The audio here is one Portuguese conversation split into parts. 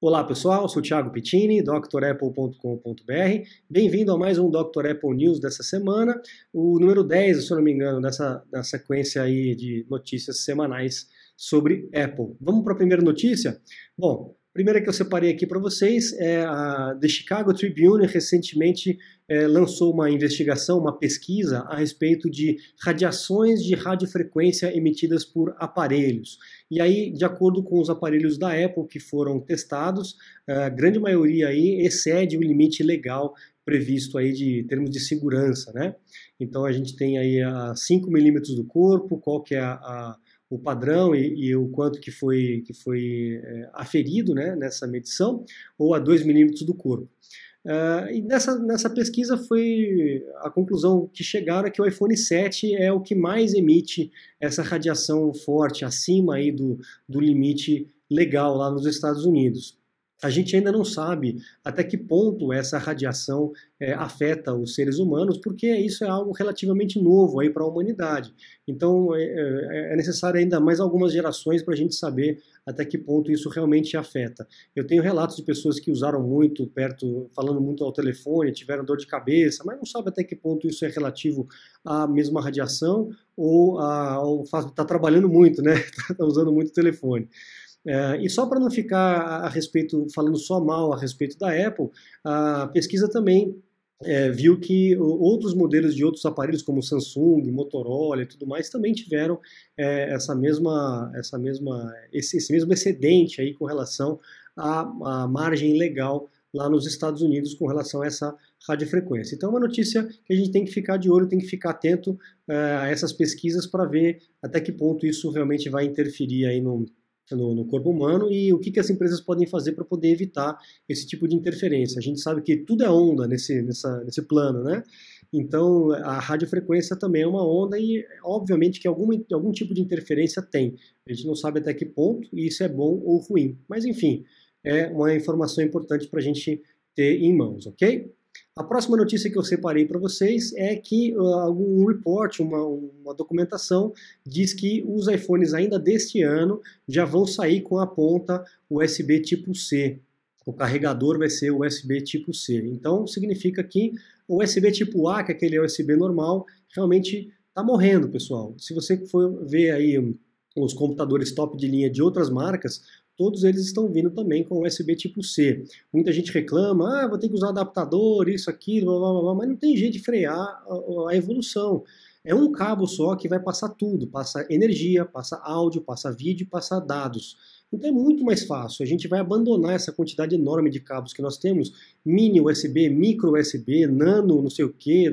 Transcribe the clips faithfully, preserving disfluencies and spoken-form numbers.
Olá pessoal, sou o Thiago Pittini, doutor apple ponto com ponto br. Bem-vindo a mais um doutor Apple News dessa semana, o número dez, se eu não me engano, dessa, dessa sequência aí de notícias semanais sobre Apple. Vamos para a primeira notícia? Bom, a primeira que eu separei aqui para vocês é a The Chicago Tribune, recentemente é, lançou uma investigação, uma pesquisa a respeito de radiações de radiofrequência emitidas por aparelhos. E aí, de acordo com os aparelhos da Apple que foram testados, a grande maioria aí excede o limite legal previsto aí de termos de segurança, né? Então a gente tem aí a cinco milímetros do corpo, qual que é a, a o padrão e, e o quanto que foi, que foi é, aferido, né, nessa medição, ou a dois milímetros do corpo. Uh, e nessa, nessa pesquisa foi a conclusão que chegaram é que o iPhone sete é o que mais emite essa radiação forte, acima aí do, do limite legal lá nos Estados Unidos. A gente ainda não sabe até que ponto essa radiação é, afeta os seres humanos, porque isso é algo relativamente novo aí para a humanidade. Então é, é necessário ainda mais algumas gerações para a gente saber até que ponto isso realmente afeta. Eu tenho relatos de pessoas que usaram muito perto, falando muito ao telefone, tiveram dor de cabeça, mas não sabe até que ponto isso é relativo à mesma radiação ou ao fato de estar trabalhando muito, né? Está usando muito o telefone. É, e só para não ficar a respeito, falando só mal a respeito da Apple, a pesquisa também é, viu que outros modelos de outros aparelhos, como Samsung, Motorola e tudo mais, também tiveram é, essa mesma, essa mesma, esse, esse mesmo excedente aí com relação à, à margem legal lá nos Estados Unidos com relação a essa radiofrequência. Então é uma notícia que a gente tem que ficar de olho, tem que ficar atento é, a essas pesquisas para ver até que ponto isso realmente vai interferir aí no No, no corpo humano e o que, que as empresas podem fazer para poder evitar esse tipo de interferência. A gente sabe que tudo é onda nesse, nessa, nesse plano, né? Então a radiofrequência também é uma onda e obviamente que algum, algum tipo de interferência tem. A gente não sabe até que ponto e isso é bom ou ruim. Mas enfim, é uma informação importante para a gente ter em mãos, ok? A próxima notícia que eu separei para vocês é que uh, um report, uma, uma documentação, diz que os iPhones ainda deste ano já vão sair com a ponta U S B tipo C. O carregador vai ser U S B tipo C. Então significa que o U S B tipo A, que é aquele U S B normal, realmente está morrendo, pessoal. Se você for ver aí um, os computadores top de linha de outras marcas, todos eles estão vindo também com U S B tipo C. Muita gente reclama, ah, vou ter que usar adaptador, isso, aquilo, blá, blá, blá, mas não tem jeito de frear a, a evolução. É um cabo só que vai passar tudo, passa energia, passa áudio, passa vídeo, passa dados. Então é muito mais fácil, a gente vai abandonar essa quantidade enorme de cabos que nós temos, mini U S B, micro U S B, nano, não sei o que,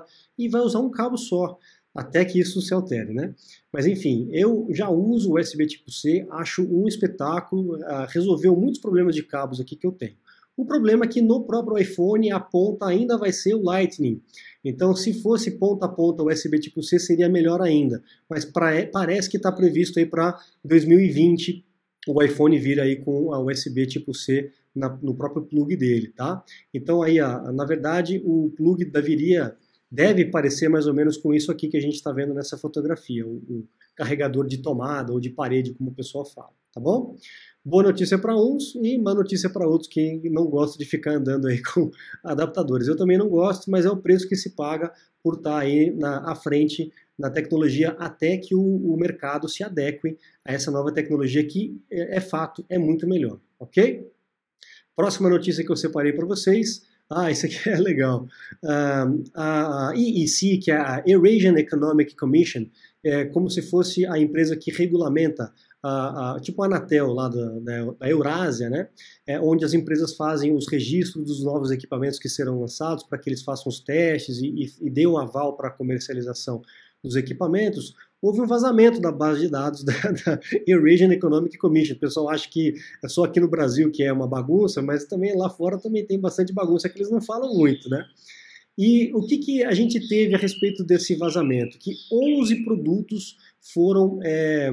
e vai usar um cabo só. Até que isso se altere, né? Mas enfim, eu já uso o U S B tipo C, acho um espetáculo, resolveu muitos problemas de cabos aqui que eu tenho. O problema é que no próprio iPhone a ponta ainda vai ser o Lightning. Então se fosse ponta a ponta o U S B tipo C seria melhor ainda. Mas pra, parece que está previsto aí para dois mil e vinte o iPhone vir aí com a U S B tipo C na, no próprio plug dele, tá? Então aí, na verdade, o plug deveria... deve parecer mais ou menos com isso aqui que a gente está vendo nessa fotografia, o, o carregador de tomada ou de parede, como o pessoal fala, tá bom? Boa notícia para uns e má notícia para outros que não gostam de ficar andando aí com adaptadores. Eu também não gosto, mas é o preço que se paga por estar aí na, à frente da tecnologia até que o, o mercado se adeque a essa nova tecnologia que, é, é fato, é muito melhor, ok? Próxima notícia que eu separei para vocês... Ah, isso aqui é legal. Uh, a E E C, que é a Eurasian Economic Commission, é como se fosse a empresa que regulamenta, a, a, tipo a Anatel lá da, da, da Eurásia, né? É onde as empresas fazem os registros dos novos equipamentos que serão lançados para que eles façam os testes e, e, e dê um aval para a comercialização dos equipamentos. Houve um vazamento da base de dados da, da Eurasian Economic Commission. O pessoal acha que é só aqui no Brasil que é uma bagunça, mas também lá fora também tem bastante bagunça que eles não falam muito, né? E o que, que a gente teve a respeito desse vazamento? Que onze produtos foram é,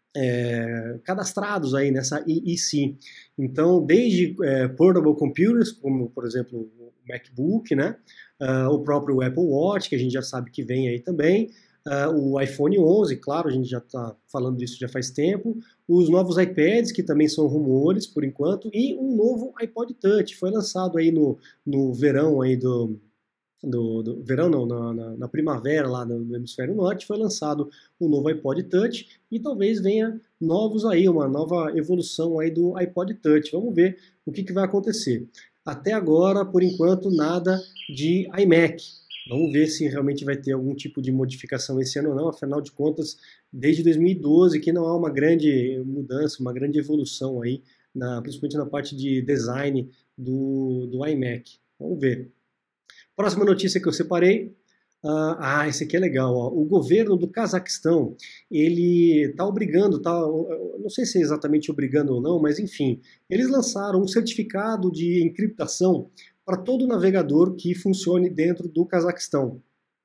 é, cadastrados aí nessa E E C. Então, desde é, portable computers, como por exemplo o MacBook, né? Uh, o próprio Apple Watch, que a gente já sabe que vem aí também, Uh, o iPhone onze, claro, a gente já está falando disso já faz tempo, os novos iPads, que também são rumores por enquanto, e um novo iPod Touch, foi lançado aí no, no verão aí do, do, do verão não, na, na, na primavera lá do, do hemisfério norte, foi lançado um novo iPod Touch e talvez venha novos aí, uma nova evolução aí do iPod Touch. Vamos ver o que, que vai acontecer. Até agora, por enquanto, nada de iMac. Vamos ver se realmente vai ter algum tipo de modificação esse ano ou não, afinal de contas, desde dois mil e doze que não há uma grande mudança, uma grande evolução aí, na, principalmente na parte de design do, do iMac. Vamos ver. Próxima notícia que eu separei. Uh, ah, esse aqui é legal. Ó. O governo do Cazaquistão, ele está obrigando, tá, não sei se é exatamente obrigando ou não, mas enfim, eles lançaram um certificado de encriptação para todo navegador que funcione dentro do Cazaquistão.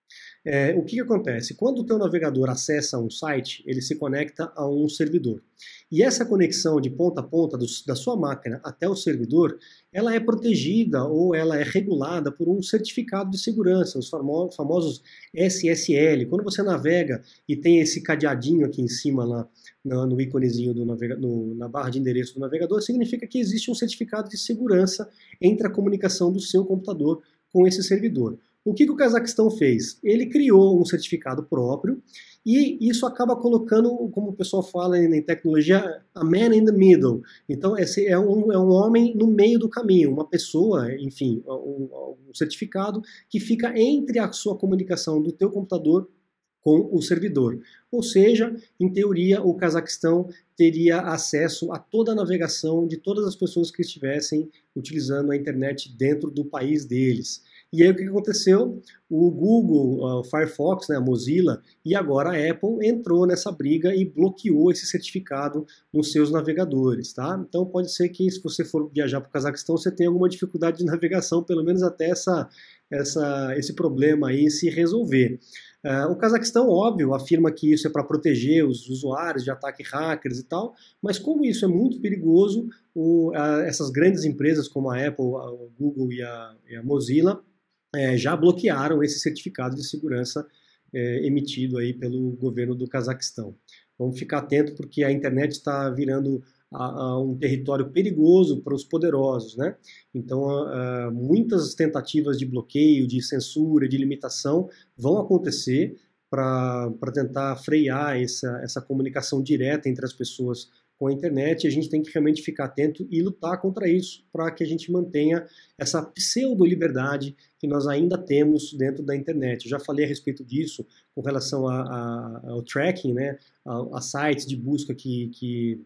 É, o que, que acontece? Quando o teu navegador acessa um site, ele se conecta a um servidor. E essa conexão de ponta a ponta do, da sua máquina até o servidor, ela é protegida ou ela é regulada por um certificado de segurança, os famosos S S L. Quando você navega e tem esse cadeadinho aqui em cima lá, no, no íconezinho do navega, no, na barra de endereço do navegador, significa que existe um certificado de segurança entre a comunicação do seu computador com esse servidor. O que, que o Cazaquistão fez? Ele criou um certificado próprio e isso acaba colocando, como o pessoal fala em tecnologia, a man in the middle. Então, esse é um, é um homem no meio do caminho, uma pessoa, enfim, um, um certificado que fica entre a sua comunicação do teu computador com o servidor. Ou seja, em teoria, o Cazaquistão teria acesso a toda a navegação de todas as pessoas que estivessem utilizando a internet dentro do país deles. E aí o que aconteceu? O Google, o Firefox, né, a Mozilla e agora a Apple entrou nessa briga e bloqueou esse certificado nos seus navegadores, tá? Então pode ser que se você for viajar para o Cazaquistão você tenha alguma dificuldade de navegação, pelo menos até essa, essa, esse problema aí se resolver. Uh, o Cazaquistão, óbvio, afirma que isso é para proteger os usuários de ataques hackers e tal, mas como isso é muito perigoso, o, uh, essas grandes empresas como a Apple, o Google e a, e a Mozilla é, já bloquearam esse certificado de segurança é, emitido aí pelo governo do Cazaquistão. Vamos ficar atento porque a internet está virando a, a um território perigoso para os poderosos, né? Então, a, a, muitas tentativas de bloqueio, de censura, de limitação vão acontecer para tentar frear essa, essa comunicação direta entre as pessoas com a internet, e a gente tem que realmente ficar atento e lutar contra isso, para que a gente mantenha essa pseudo-liberdade que nós ainda temos dentro da internet. Eu já falei a respeito disso com relação a, a, ao tracking, né, a, a sites de busca que, que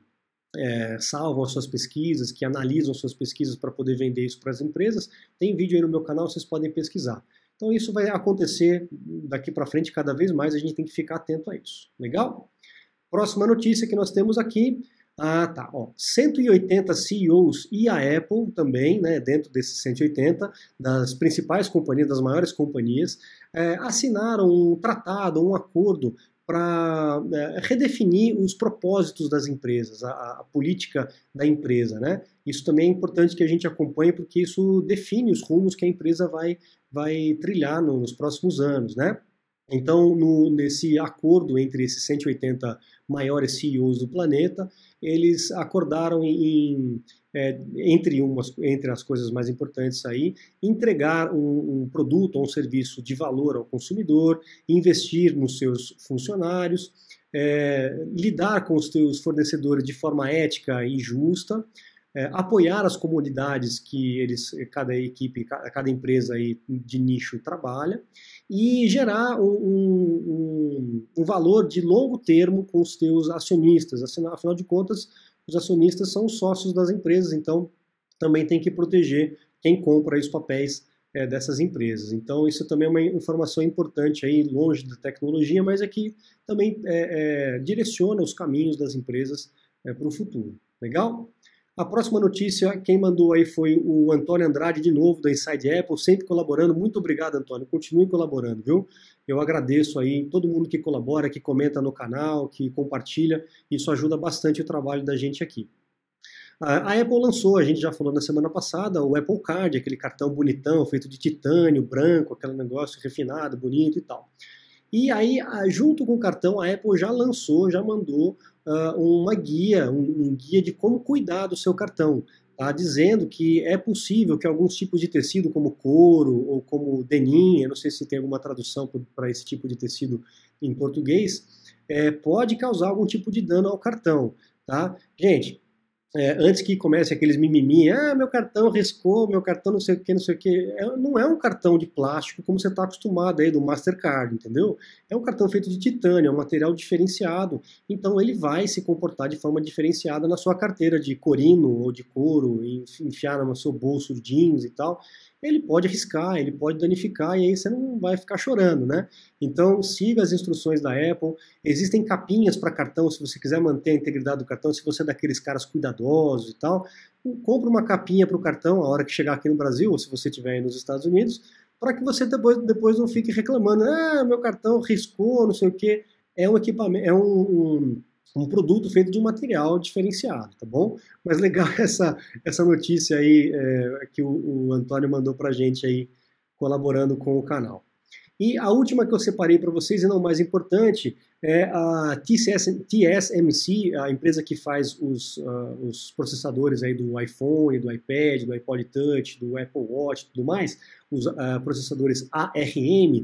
é, salvam as suas pesquisas, que analisam suas pesquisas para poder vender isso para as empresas. Tem vídeo aí no meu canal, vocês podem pesquisar. Então isso vai acontecer daqui para frente cada vez mais, a gente tem que ficar atento a isso. Legal? Próxima notícia que nós temos aqui. Ah, tá. Ó, cento e oitenta C E Os e a Apple também, né, dentro desses cento e oitenta, das principais companhias, das maiores companhias, é, assinaram um tratado, um acordo para é, redefinir os propósitos das empresas, a, a política da empresa, né? Isso também é importante que a gente acompanhe, porque isso define os rumos que a empresa vai, vai trilhar no, nos próximos anos, né? Então, no, nesse acordo entre esses cento e oitenta maiores C E Os do planeta, eles acordaram em, é, entre, umas, entre as coisas mais importantes aí, entregar um, um produto ou um serviço de valor ao consumidor, investir nos seus funcionários, é, lidar com os seus fornecedores de forma ética e justa, é, apoiar as comunidades que eles, cada equipe, cada empresa aí de nicho trabalha, e gerar um, um, um valor de longo termo com os teus acionistas. Afinal de contas, os acionistas são os sócios das empresas, então também tem que proteger quem compra aí os papéis é, dessas empresas. Então isso também é uma informação importante aí, longe da tecnologia, mas é que também é, é, direciona os caminhos das empresas é, para o futuro. Legal? A próxima notícia, quem mandou aí foi o Antônio Andrade, de novo, da Inside Apple, sempre colaborando. Muito obrigado, Antônio. Continue colaborando, viu? Eu agradeço aí todo mundo que colabora, que comenta no canal, que compartilha. Isso ajuda bastante o trabalho da gente aqui. A Apple lançou, a gente já falou na semana passada, o Apple Card, aquele cartão bonitão, feito de titânio, branco, aquele negócio refinado, bonito e tal. E aí, junto com o cartão, a Apple já lançou, já mandou uh, uma guia, um, um guia de como cuidar do seu cartão, tá? Dizendo que é possível que alguns tipos de tecido, como couro ou como denim, eu não sei se tem alguma tradução para esse tipo de tecido em português, é, pode causar algum tipo de dano ao cartão, tá? Gente, É, antes que comece aqueles mimimi, ah, meu cartão riscou, meu cartão não sei o que, não sei o que, é, não é um cartão de plástico como você está acostumado aí do Mastercard, entendeu? É um cartão feito de titânio, é um material diferenciado, então ele vai se comportar de forma diferenciada na sua carteira de corino ou de couro, enfiar no seu bolso jeans e tal. Ele pode riscar, ele pode danificar e aí você não vai ficar chorando, né? Então siga as instruções da Apple. Existem capinhas para cartão, se você quiser manter a integridade do cartão, se você é daqueles caras cuidadosos e tal, compra uma capinha para o cartão a hora que chegar aqui no Brasil, ou se você estiver aí nos Estados Unidos, para que você depois, depois não fique reclamando, ah, meu cartão riscou, não sei o quê. É um equipamento, é um, um um produto feito de um material diferenciado, tá bom? Mas legal essa, essa notícia aí é, que o, o Antônio mandou pra gente aí, colaborando com o canal. E a última que eu separei para vocês, e não mais importante, é a T S M C, a empresa que faz os, uh, os processadores aí do iPhone, do iPad, do iPod Touch, do Apple Watch e tudo mais, os uh, processadores A R M.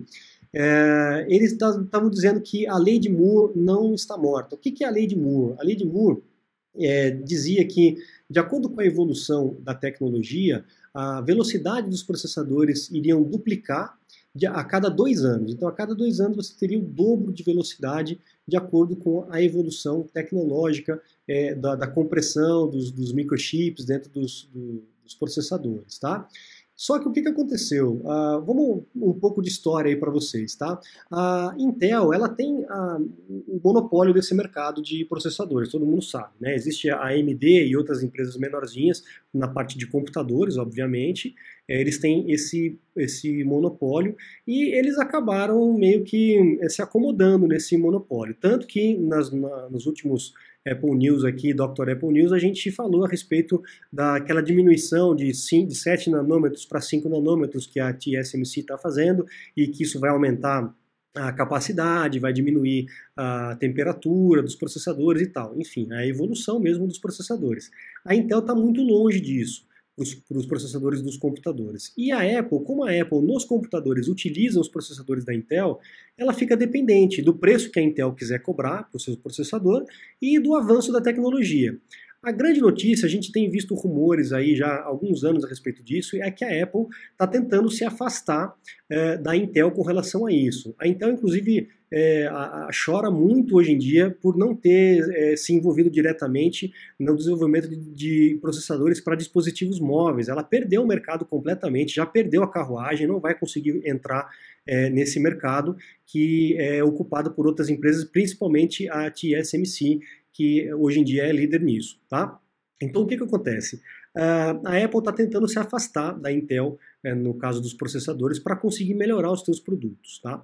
É, eles estavam dizendo que a lei de Moore não está morta. O que, que é a lei de Moore? A lei de Moore é, dizia que, de acordo com a evolução da tecnologia, a velocidade dos processadores iriam duplicar de, a cada dois anos. Então, a cada dois anos você teria o dobro de velocidade de acordo com a evolução tecnológica é, da, da compressão dos, dos microchips dentro dos, do, dos processadores, tá? Só que o que, que aconteceu? Uh, vamos um pouco de história aí para vocês, tá? A Intel, ela tem uh, o monopólio desse mercado de processadores, todo mundo sabe, né? Existe a A M D e outras empresas menorzinhas na parte de computadores, obviamente, é, eles têm esse, esse monopólio e eles acabaram meio que é, se acomodando nesse monopólio, tanto que nas, na, nos últimos Apple News aqui, doutor Apple News, a gente falou a respeito daquela diminuição de, cinco, de sete nanômetros para cinco nanômetros que a T S M C está fazendo e que isso vai aumentar a capacidade, vai diminuir a temperatura dos processadores e tal. Enfim, a evolução mesmo dos processadores. A Intel está muito longe disso para os processadores dos computadores. E a Apple, como a Apple nos computadores utiliza os processadores da Intel, ela fica dependente do preço que a Intel quiser cobrar para o seu processador e do avanço da tecnologia. A grande notícia, a gente tem visto rumores aí já há alguns anos a respeito disso, é que a Apple está tentando se afastar é, da Intel com relação a isso. A Intel, inclusive, é, a, a, chora muito hoje em dia por não ter é, se envolvido diretamente no desenvolvimento de, de processadores para dispositivos móveis. Ela perdeu o mercado completamente, já perdeu a carruagem, não vai conseguir entrar é, nesse mercado que é ocupado por outras empresas, principalmente a T S M C, que hoje em dia é líder nisso, tá? Então o que que acontece? Uh, a Apple está tentando se afastar da Intel, é, no caso dos processadores, para conseguir melhorar os seus produtos, tá?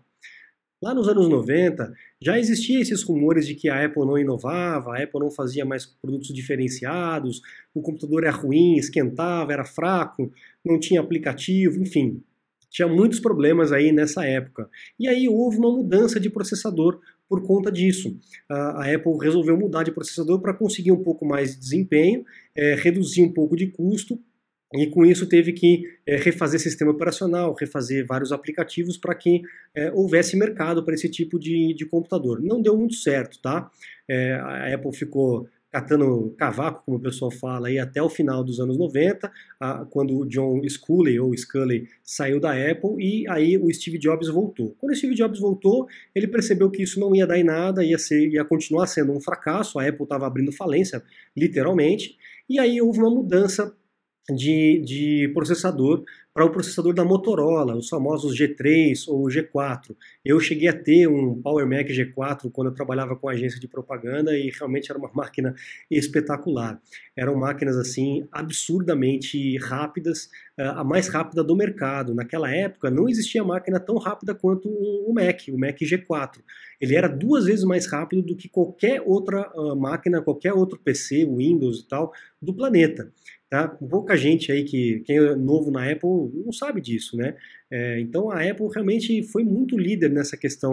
Lá nos anos noventa, já existiam esses rumores de que a Apple não inovava, a Apple não fazia mais produtos diferenciados, o computador era ruim, esquentava, era fraco, não tinha aplicativo, enfim. Tinha muitos problemas aí nessa época. E aí houve uma mudança de processador por conta disso. A Apple resolveu mudar de processador para conseguir um pouco mais de desempenho, é, reduzir um pouco de custo, e com isso teve que é, refazer sistema operacional, refazer vários aplicativos para que é, houvesse mercado para esse tipo de, de computador. Não deu muito certo, tá? É, a Apple ficou catando cavaco, como o pessoal fala, aí até o final dos anos noventa, a, quando o John Sculley, ou Sculley, saiu da Apple, e aí o Steve Jobs voltou. Quando o Steve Jobs voltou, ele percebeu que isso não ia dar em nada, ia, ser, ia continuar sendo um fracasso, a Apple estava abrindo falência, literalmente, e aí houve uma mudança De, de processador para o processador da Motorola, os famosos G três ou G quatro. Eu cheguei a ter um Power Mac G quatro quando eu trabalhava com agência de propaganda e realmente era uma máquina espetacular. Eram máquinas assim absurdamente rápidas, a mais rápida do mercado. Naquela época não existia máquina tão rápida quanto o Mac, o Mac G quatro. Ele era duas vezes mais rápido do que qualquer outra máquina, qualquer outro P C, Windows e tal, do planeta. Tá? Pouca gente aí que quem é novo na Apple não sabe disso, né? É, então a Apple realmente foi muito líder nessa questão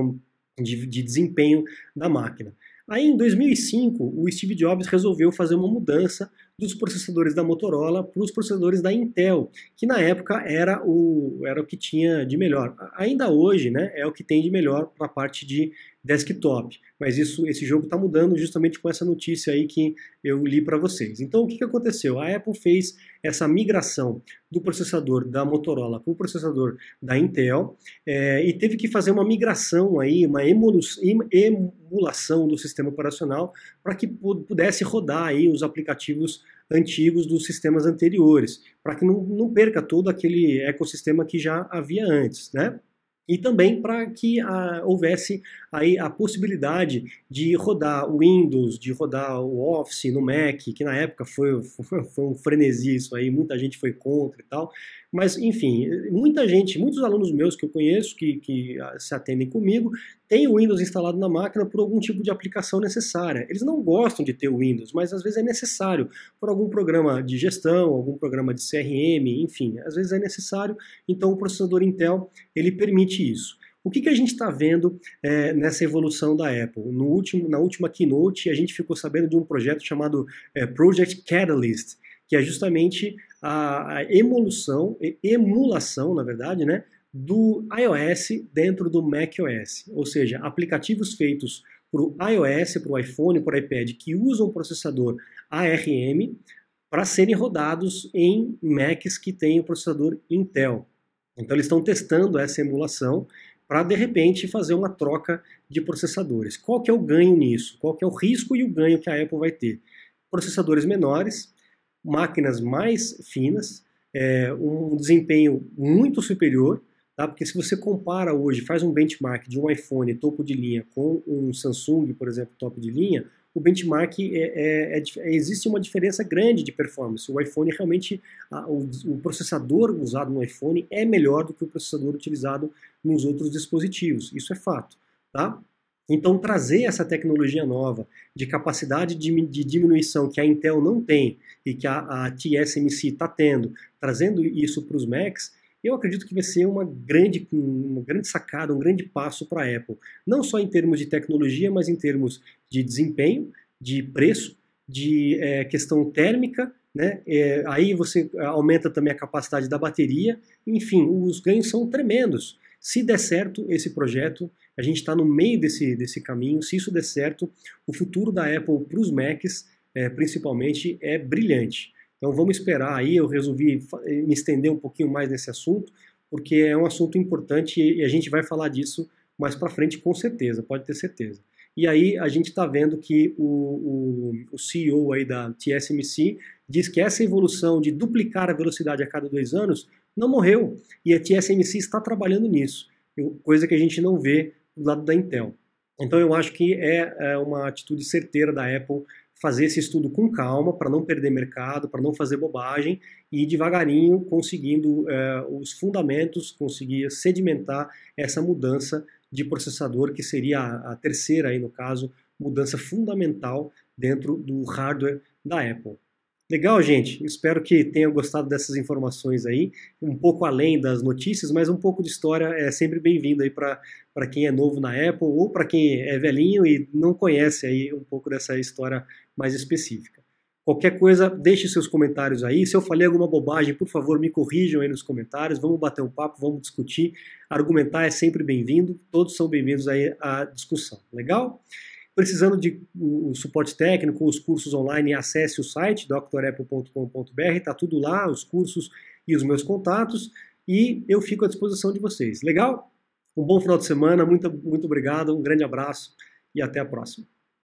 de, de desempenho da máquina. Aí, em dois mil e cinco, o Steve Jobs resolveu fazer uma mudança dos processadores da Motorola para os processadores da Intel, que na época era o, era o que tinha de melhor. Ainda hoje, né, é o que tem de melhor para a parte de desktop, mas isso, esse jogo está mudando justamente com essa notícia aí que eu li para vocês. Então, o que, que aconteceu? A Apple fez essa migração do processador da Motorola para o processador da Intel é, e teve que fazer uma migração aí, uma emulação do sistema operacional para que pudesse rodar aí os aplicativos antigos dos sistemas anteriores, para que não, não perca todo aquele ecossistema que já havia antes, né? E também para que a, houvesse aí a possibilidade de rodar o Windows, de rodar o Office no Mac, que na época foi, foi um frenesi isso aí, muita gente foi contra e tal. Mas, enfim, muita gente, muitos alunos meus que eu conheço, que, que se atendem comigo, têm o Windows instalado na máquina por algum tipo de aplicação necessária. Eles não gostam de ter o Windows, mas às vezes é necessário, por algum programa de gestão, algum programa de C R M, enfim, às vezes é necessário, então o processador Intel, ele permite isso. O que, que a gente está vendo é, nessa evolução da Apple? No último, na última keynote, a gente ficou sabendo de um projeto chamado é, Project Catalyst, que é justamente a, a emulação, emulação, na verdade, né, do iOS dentro do macOS. Ou seja, aplicativos feitos para o iOS, para o iPhone, para o iPad, que usam o processador A R M para serem rodados em Macs que têm o processador Intel. Então eles estão testando essa emulação para, de repente, fazer uma troca de processadores. Qual que é o ganho nisso? Qual que é o risco e o ganho que a Apple vai ter? Processadores menores, máquinas mais finas, é, um desempenho muito superior, tá? Porque se você compara hoje, faz um benchmark de um iPhone topo de linha com um Samsung, por exemplo, topo de linha, o benchmark é, é, é, existe uma diferença grande de performance. O iPhone realmente, a, o, o processador usado no iPhone é melhor do que o processador utilizado nos outros dispositivos. Isso é fato, tá? Então, trazer essa tecnologia nova, de capacidade de, de diminuição que a Intel não tem e que a, a T S M C está tendo, trazendo isso para os Macs, eu acredito que vai ser uma grande, uma grande sacada, um grande passo para a Apple. Não só em termos de tecnologia, mas em termos de desempenho, de preço, de é, questão térmica, né? É, aí você aumenta também a capacidade da bateria. Enfim, os ganhos são tremendos. Se der certo esse projeto, a gente está no meio desse, desse caminho, se isso der certo, o futuro da Apple para os Macs, é, principalmente, é brilhante. Então vamos esperar aí, eu resolvi me estender um pouquinho mais nesse assunto, porque é um assunto importante e a gente vai falar disso mais para frente com certeza, pode ter certeza. E aí a gente está vendo que o, o, o C E O aí da T S M C diz que essa evolução de duplicar a velocidade a cada dois anos não morreu, e a T S M C está trabalhando nisso, coisa que a gente não vê do lado da Intel. Então eu acho que é uma atitude certeira da Apple fazer esse estudo com calma, para não perder mercado, para não fazer bobagem, e devagarinho conseguindo é, os fundamentos, conseguir sedimentar essa mudança de processador, que seria a, a terceira, aí, no caso, mudança fundamental dentro do hardware da Apple. Legal, gente? Espero que tenham gostado dessas informações aí, um pouco além das notícias, mas um pouco de história é sempre bem-vindo aí para quem é novo na Apple ou para quem é velhinho e não conhece aí um pouco dessa história mais específica. Qualquer coisa, deixe seus comentários aí. Se eu falei alguma bobagem, por favor, me corrijam aí nos comentários. Vamos bater um papo, vamos discutir. Argumentar é sempre bem-vindo. Todos são bem-vindos aí à discussão. Legal? Precisando de um suporte técnico, os cursos online, acesse o site doctor apple ponto com ponto b r, está tudo lá, os cursos e os meus contatos, e eu fico à disposição de vocês. Legal? Um bom final de semana, muito, muito obrigado, um grande abraço e até a próxima.